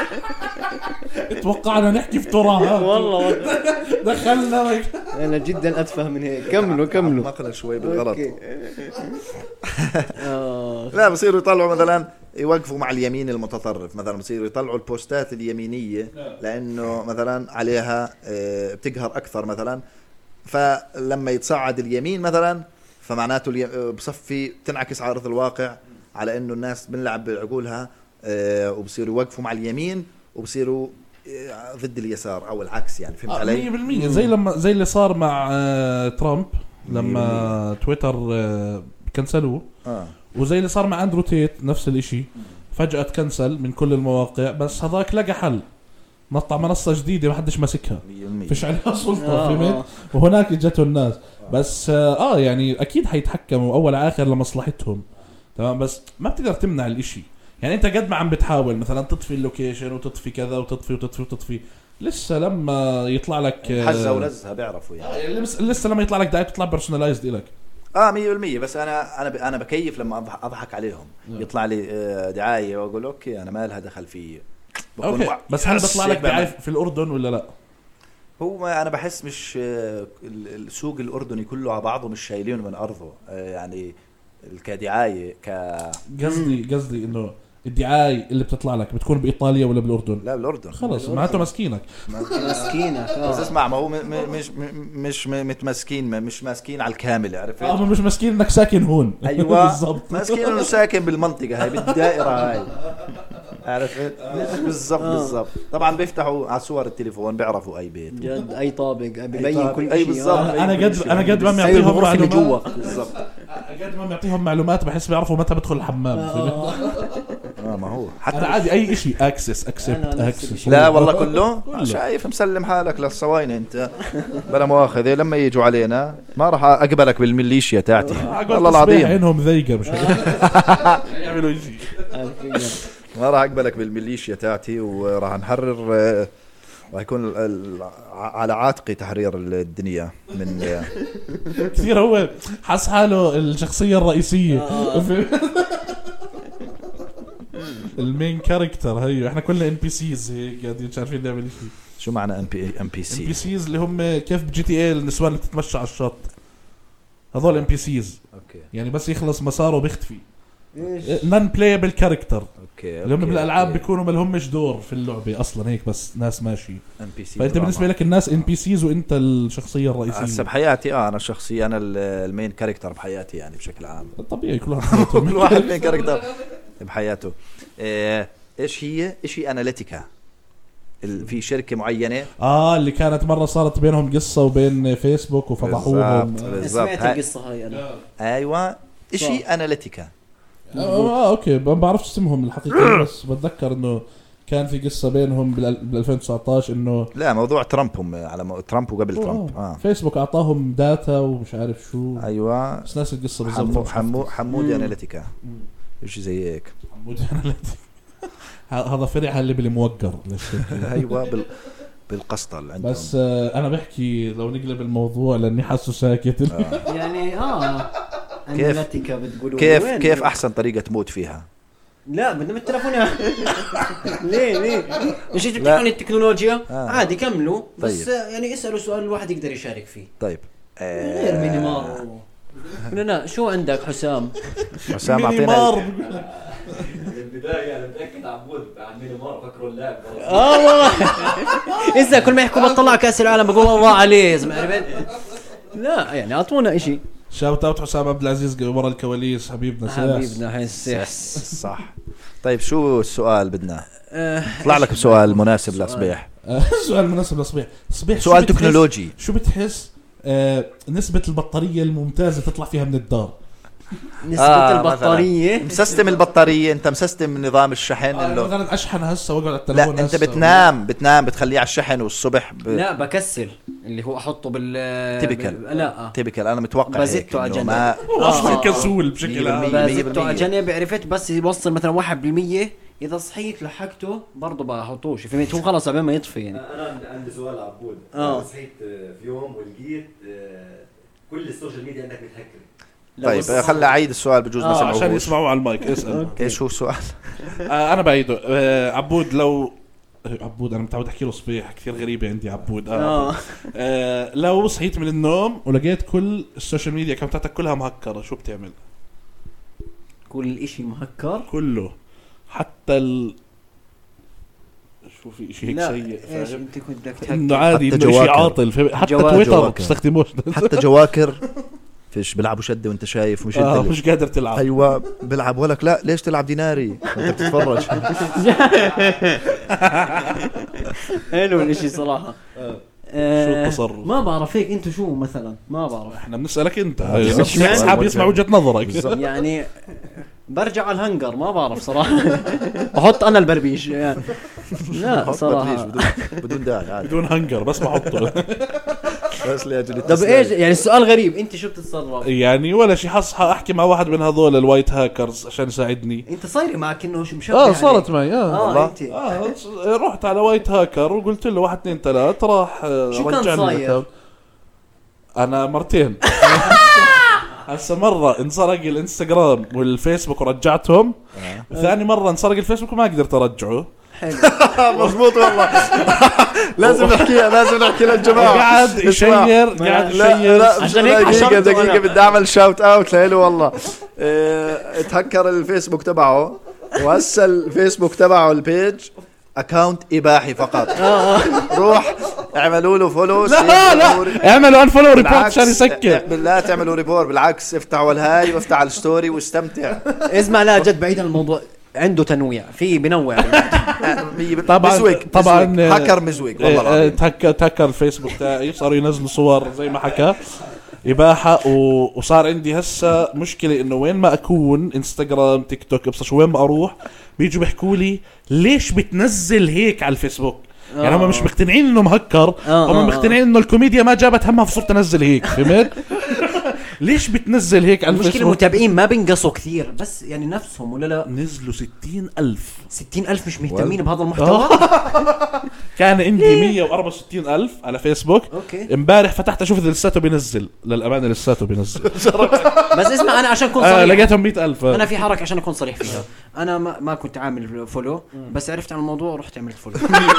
توقعنا نحكي في تراها والله دخلنا انا جدا اتفه من هيك كملوا كملوا نقل شوي بالغلط لا بصيروا يطلعوا مثلا يوقفوا مع اليمين المتطرف مثلا بصيروا يطلعوا البوستات اليمينيه لانه مثلا عليها بتقهر اكثر مثلا فلما يتصعد اليمين مثلا ف فمعناته اللي بصفي تنعكس على أرض الواقع على إنه الناس بنلعب بعقولها آه وبصيروا يوقفوا مع اليمين وبصيروا آه ضد اليسار أو العكس يعني فهمت آه علي؟ مية بالمية زي لما زي اللي صار مع آه ترامب لما تويتر آه كنسلوه آه. وزي اللي صار مع أندرو تيت نفس الاشي فجأة تكنسل من كل المواقع بس هذاك لقى حل نطع منصة جديدة ما حدش ماسكها فيش عليها سلطة فهمت وهناك اجته الناس بس اه يعني اكيد حيتحكموا اول اخر لمصلحتهم تمام بس ما بتقدر تمنع الاشي يعني انت قد ما عم بتحاول مثلا تطفي اللوكيشن وتطفي كذا وتطفي وتطفي وتطفي لسه لما يطلع لك حزة ولزها بيعرفوا يعني لسه لما يطلع لك دعاية تطلع بيرسونالايزد إلك اه مية بالمية بس انا انا انا بكيف لما اضحك عليهم يطلع لي دعاية واقول اوكي انا ما لها دخل فيه اوكي بس هل بيطلع لك دعاية في الاردن ولا لا؟ هو ما انا بحس مش السوق الاردني كله على بعضه مش شايلينه من ارضه يعني كدعاية ك قصدي قصدي انه الدعاية اللي بتطلع لك بتكون بإيطاليا ولا بالأردن؟ لا بالأردن خلص معناته مسكينك مسكينك بس اسمع ما هو مش مش متمسكين مش ماسكين على الكامل عرفت؟ اه مش مسكين انك ساكن هون ايوه بالضبط ماسكين انه ساكن بالمنطقة هاي بالدائرة هاي عرفت؟ بالضبط بالضبط طبعا بيفتحوا على صور التليفون بيعرفوا اي بيت جد اي طابق ببين كل شيء اي بالضبط انا قد انا قد ما يعطيهم معلومات بالضبط قد ما يعطيهم معلومات بحس بيعرفوا متى بدخل الحمام اه ما هو حتى أنا عادي اي شيء اكسس اكسبت اكسس لا والله كله شايف مسلم حالك للصواينه انت بلا مؤاخذه لما يجوا علينا ما راح اقبلك بالميليشيا تاعتي والله العظيم عينهم ذيقه مش يعملوا شيء ما راح اقبلك بالميليشيا تاعتي وراح نحرر راح يكون على عاتقي تحرير الدنيا من كثير هو حس حاله الشخصيه الرئيسيه المين كاركتر هي احنا كلنا ان بي سيز هيك قاعدين مش عارفين نعمل شيء شو معنى ان بي ام بي سي ان بي سيز اللي هم كيف بجي تي اي النسوان اللي بتتمشى على الشط هذول ام بي سيز اوكي يعني بس يخلص مساره بيختفي نون بلايبل كاركتر اوكي اللي هم بالالعاب بيكونوا ما لهمش دور في اللعبه اصلا هيك بس ناس ماشي ام بي سي فانت بالنسبه لك الناس ان بي سيز وانت الشخصيه الرئيسيه هسه بحياتي اه انا الشخصيه انا المين كاركتر بحياتي يعني بشكل عام طبيعي كل واحد كل واحد مين كاركتر بحياته إيه ايش هي اشي اناليتيكا في شركه معينه اه اللي كانت مره صارت بينهم قصه وبين فيسبوك وفضحوهم سمعت القصه هاي انا ايوه اشي اناليتيكا اه اوكي ما بعرفش اسمهم الحقيقي بس بتذكر انه كان في قصه بينهم بال ألفين وتسعطعش انه لا موضوع ترامب هم على م... ترامب وقبل ترامب اه فيسبوك اعطاهم داتا ومش عارف شو ايوه بس ناس القصه بالضبط حمو حمودي اناليتيكا شيء زي هيك حمودي اناليتيكا هذا فرع اللي بالموقر ايوه بال بالقسطة اللي عندهم بس آه انا بحكي لو نقلب الموضوع لاني حاسه ساكت آه. يعني اه كيف كيف كيف احسن طريقه تموت فيها لا بدنا التليفون ليه ليه مش انتوا بتحكوا عن التكنولوجيا آه. عادي كملوا بس طيب. يعني اسالوا سؤال الواحد يقدر يشارك فيه طيب غير ميني مار لا لا شو عندك حسام حسام اعطينا البدايه انا متاكد عبود عن ميني مار فكروا اللعب اه والله اذا كل ما يحكوا بطلع كاس العالم بقول الله عليه عرفت لا يعني اعطونا اشي شاوت اوت حسام عبد العزيز ورا الكواليس حبيبنا حبيبنا حساس صح طيب شو السؤال بدنا طلع لك بسؤال مناسب لصبيح سؤال مناسب لصبيح صبيح سؤال تكنولوجي شو بتحس آه نسبة البطارية الممتازة تطلع فيها من الدار نسبة آه البطارية مسستم البطارية انت مسستم نظام الشحن آه اللي مثلا اشحن هسه واقعد على التليفون لا انت بتنام و... بتنام بتخليه على الشحن والصبح ب... لا بكسل اللي هو احطه بال تيبيكال بال... لا تيبيكال انا متوقع بزته اجنبي ما اصلا كسول بشكل عام بزته اجنبي عرفت بس يوصل مثلا واحد بالمية اذا صحيت لحقته برضه بحطوش فهمت هو خلص قبل ما يطفي يعني انا عندي سؤال عبود آه. انا صحيت في يوم ولقيت كل السوشيال ميديا عندك متهكر طيب خلي اعيد السؤال بجوز آه ما سمعوش عشان يسمعوا على المايك اسال ايش هو السؤال آه انا بعيده آه عبود لو عبود انا متعود احكي له صبيح كثير غريبه عندي عبود آه. آه. آه لو صحيت من النوم ولقيت كل السوشيال ميديا اكونتاتك كلها مهكره شو بتعمل كل اشي مهكر كله حتى ال شو في شيء هيك سيء ايش انت كنت بدك انه عادي انه شيء عاطل حتى تويتر بتستخدموش حتى جواكر فيش بيلعبوا شده وانت شايف مش آه انت مش قادر تلعب. ايوه بيلعب ولك لا ليش تلعب ديناري انت بتتفرج. حلو الاشي صراحه. شو التصرف؟ ما بعرف هيك انتوا شو مثلا ما بعرف. احنا بنسالك انت مش اصحاب يسمع وجهه نظرك. يعني برجع على الهنجر ما بعرف صراحه. بحط انا البربيش يعني. لا صراحه بدون بدون داعي عادي بدون هنجر بس بحطه. بس لاجل طب ايش يعني السؤال غريب انت شو بتتصرف يعني ولا شيء حصحى احكي مع واحد من هذول الوايت هاكرز عشان يساعدني. انت صاير معك انه شو مشابه اه صارت معي اه, اه والله. انت آه رحت على وايت هاكر وقلت له واحد اثنين ثلاث راح شو كان صاير؟ انا مرتين. هسه مرة انسرق الانستغرام والفيسبوك ورجعتهم آه. وثاني مرة انسرق الفيسبوك وما قدرت ارجعه. مظبوط والله. لازم نحكيها لازم نحكي للجماعة. قاعد يشير قاعد يشير عشان هيك دقيقة دقيقة بدي اعمل شاوت اوت له والله. اه اتهكر الفيسبوك تبعه وهسه الفيسبوك تبعه البيج اكاونت اباحي فقط. روح اعملوا له فولو. لا لا اعملوا ان فولو ريبورت عشان يسكر. بالله تعملوا ريبورت بالعكس افتحوا الهاي وافتح على الستوري واستمتع. اسمع لا جد بعيد عن الموضوع عنده تنويع في بنوع. طبعا مزوق طبعا هاكر مزوق والله. تهكر تهكر الفيسبوك تاعي صاروا ينزلوا صور زي ما حكى إباحة وصار عندي هسه مشكلة إنه وين ما أكون إنستغرام تيك توك ابصر وين ما أروح بيجوا بيحكوا لي ليش بتنزل هيك على الفيسبوك. آه يعني هم مش مقتنعين إنه مهكر آه هم مقتنعين إنه الكوميديا ما جابت همها فصرت أنزل هيك فهمت. ليش بتنزل هيك على الفيسبوك؟ المشكلة المتابعين ما بينقصوا كثير بس يعني نفسهم ولا لا نزلوا ستين ألف. ستين ألف مش مهتمين بهذا المحتوى. كان عندي مية وأربعة وستين ألف على فيسبوك. امبارح فتحت أشوف إذا لساته بينزل للأمانة لساته بينزل. بس اسمع أنا عشان أكون صريح آه لقيتهم مئة ألف. أنا في حركة عشان أكون صريح فيها. أنا ما, ما كنت عامل فولو بس عرفت عن الموضوع ورحت عملت فولو.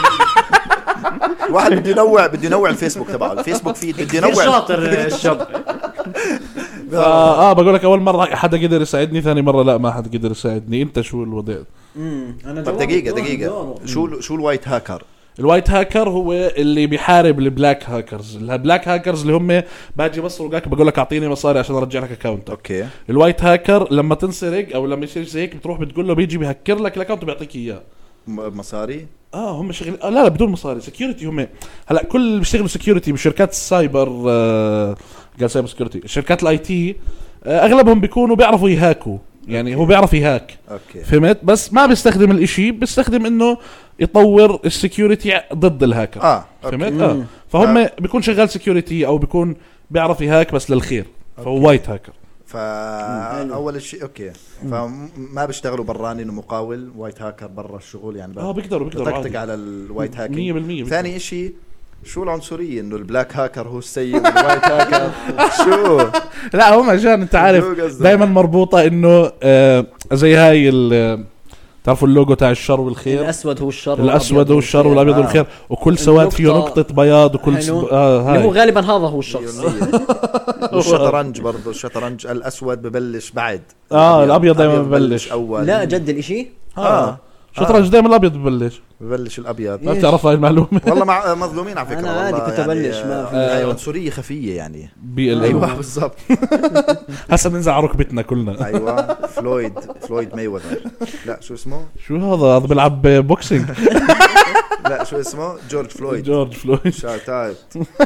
واحد بده ينوع بده ينوع الفيسبوك تبعه. الفيسبوك فيه بده ينوع. شاطر الشاب. اه, آه بقول لك اول مره حدا قدر يساعدني ثاني مره لا ما حدا قدر يساعدني. انت شو الوضع؟ امم انا طب دقيقه دقيقه شو شو الوايت هاكر؟ الوايت هاكر هو اللي بيحارب البلاك هاكرز. البلاك هاكرز اللي هم باجي بسرقك بقول لك اعطيني مصاري عشان ارجع لك اكاونت. اوكي. الوايت هاكر لما تنسرق او لما يصير زي هيك بتروح بتقول له بيجي بيهكر لك الاكاونت وبيعطيك اياه مصاري. اه هم شغل آه لا لا بدون مصاري سكيورتي. هم هلا كل اللي بيشتغلوا سكيورتي بشركات السايبر آه قال سايبر سكيورتي شركات الاي تي آه اغلبهم بيكونوا بيعرفوا يهاكوا. يعني هو بيعرف يهاك أوكي. فهمت بس ما بيستخدم الاشي بيستخدم انه يطور السكيورتي ضد الهاكر. اه فهمت اه فهم آه. بيكون شغال سكيورتي او بيكون بيعرف يهاك بس للخير. فهو وايت هاكر. فاول شيء اوكي فما بيشتغلوا براني انه مقاول وايت هاكر برا الشغل يعني اه بيقدروا بيقدروا تطقطق على الوايت هاكر مية بالمية. ثاني شيء شو العنصرية انه البلاك هاكر هو السيء والوايت هاكر شو لا هم عشان انت عارف دائما مربوطة انه آه زي هاي تعرفوا اللوجو تاع الشر والخير. الاسود هو الشر الاسود هو الشر والابيض والخير آه. وكل سواد فيه نقطة بياض وكل سب... آه هاي. هو غالبا هذا هو الشخص. والشطرنج برضه الشطرنج الاسود ببلش بعد اه الابيض دائما ببلش اول. لا جد الاشي اه, آه. شطرنج دايما الابيض ببلش ببلش الابيض. ما بتعرف هاي المعلومه والله مع مظلومين على فكره. انا عادي كنت ابلش يعني ما في هاي عنصريه خفيه يعني بي ال ايوه بالضبط. هسه بننزل على ركبتنا كلنا. ايوه فلويد فلويد مايوذر لا شو اسمه شو هذا هذا بيلعب بوكسينج. لا شو اسمه جورج فلويد. جورج فلويد شاوت اوت.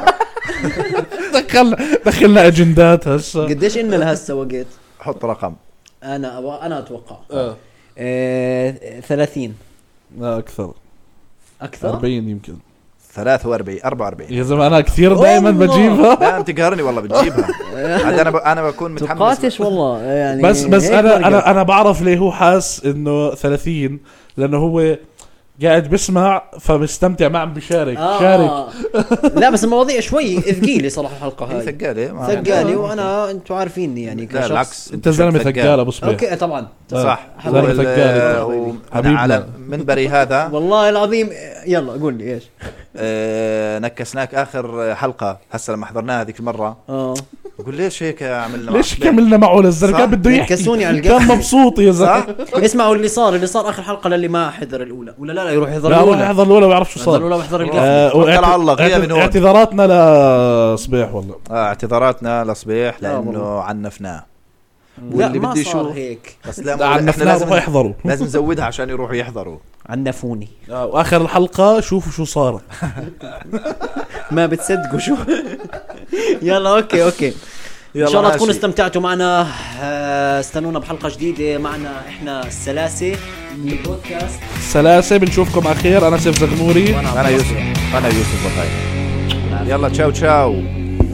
دخلنا دخلنا اجندات هسه. قديش إلنا لهسه وقت؟ حط رقم. انا أبغى انا اتوقع اه ثلاثين. لا اكثر اكثر أربعين يمكن ثلاثة وأربعين أربعة وأربعين. يا زلمه انا كثير دائما بجيبها. لا انت قهرني والله بتجيبها. عاد انا ب... انا بكون متحمس تقاتش والله يعني بس بس انا انا انا بعرف ليه هو حاس انه ثلاثين لانه هو قاعد بسمع فبستمتع معهم بشارك آه. شارك. لا بس المواضيع شوي ثقيله صراحه الحلقه هاي ثقاله ثقالي وانا انتوا عارفيني يعني كشخص بالعكس انت زلمه ثقاله بصبح. اوكي طبعا صح زلمه ثقاله حبيبي على منبري هذا والله العظيم يلا قول لي ايش. آه نكسناك اخر حلقه هسه لما حضرناها هذيك المره. اه بقول ليش هيك عملنا ليش كملنا معه للزلمه؟ كان بده يحكي، كسوني على كان القهوة. مبسوط يا زلمه. اسمعوا اللي صار اللي صار اخر حلقه للي ما حضر الاولى ولا لا لا يروح يحضر لا روح الاولى. يحضر الاولى ويعرف شو يحضر صار. الاولى ويحضر القهوه. آه، توكل واعت- على الله، غير من هون. اعتذاراتنا لصبيح والله. آه اعتذاراتنا لصبيح والله. لانه عنفناه. لا واللي ما بدي صار يشوف هيك. بس لا لا مو- عنا احنا لازم لازم يحضروا. لازم نزودها عشان يروحوا يحضروا. عنفوني آه، واخر الحلقه شوفوا شو صار. ما بتصدقوا شو. يلا اوكي اوكي ان شاء الله تكونوا استمتعتوا معنا. آه، استنونا بحلقه جديده معنا احنا السلاسه البودكاست. السلاسه بنشوفكم على خير. انا سيف زغموري. انا يوسف انا يوسف بطاينة. يلا تشاو تشاو.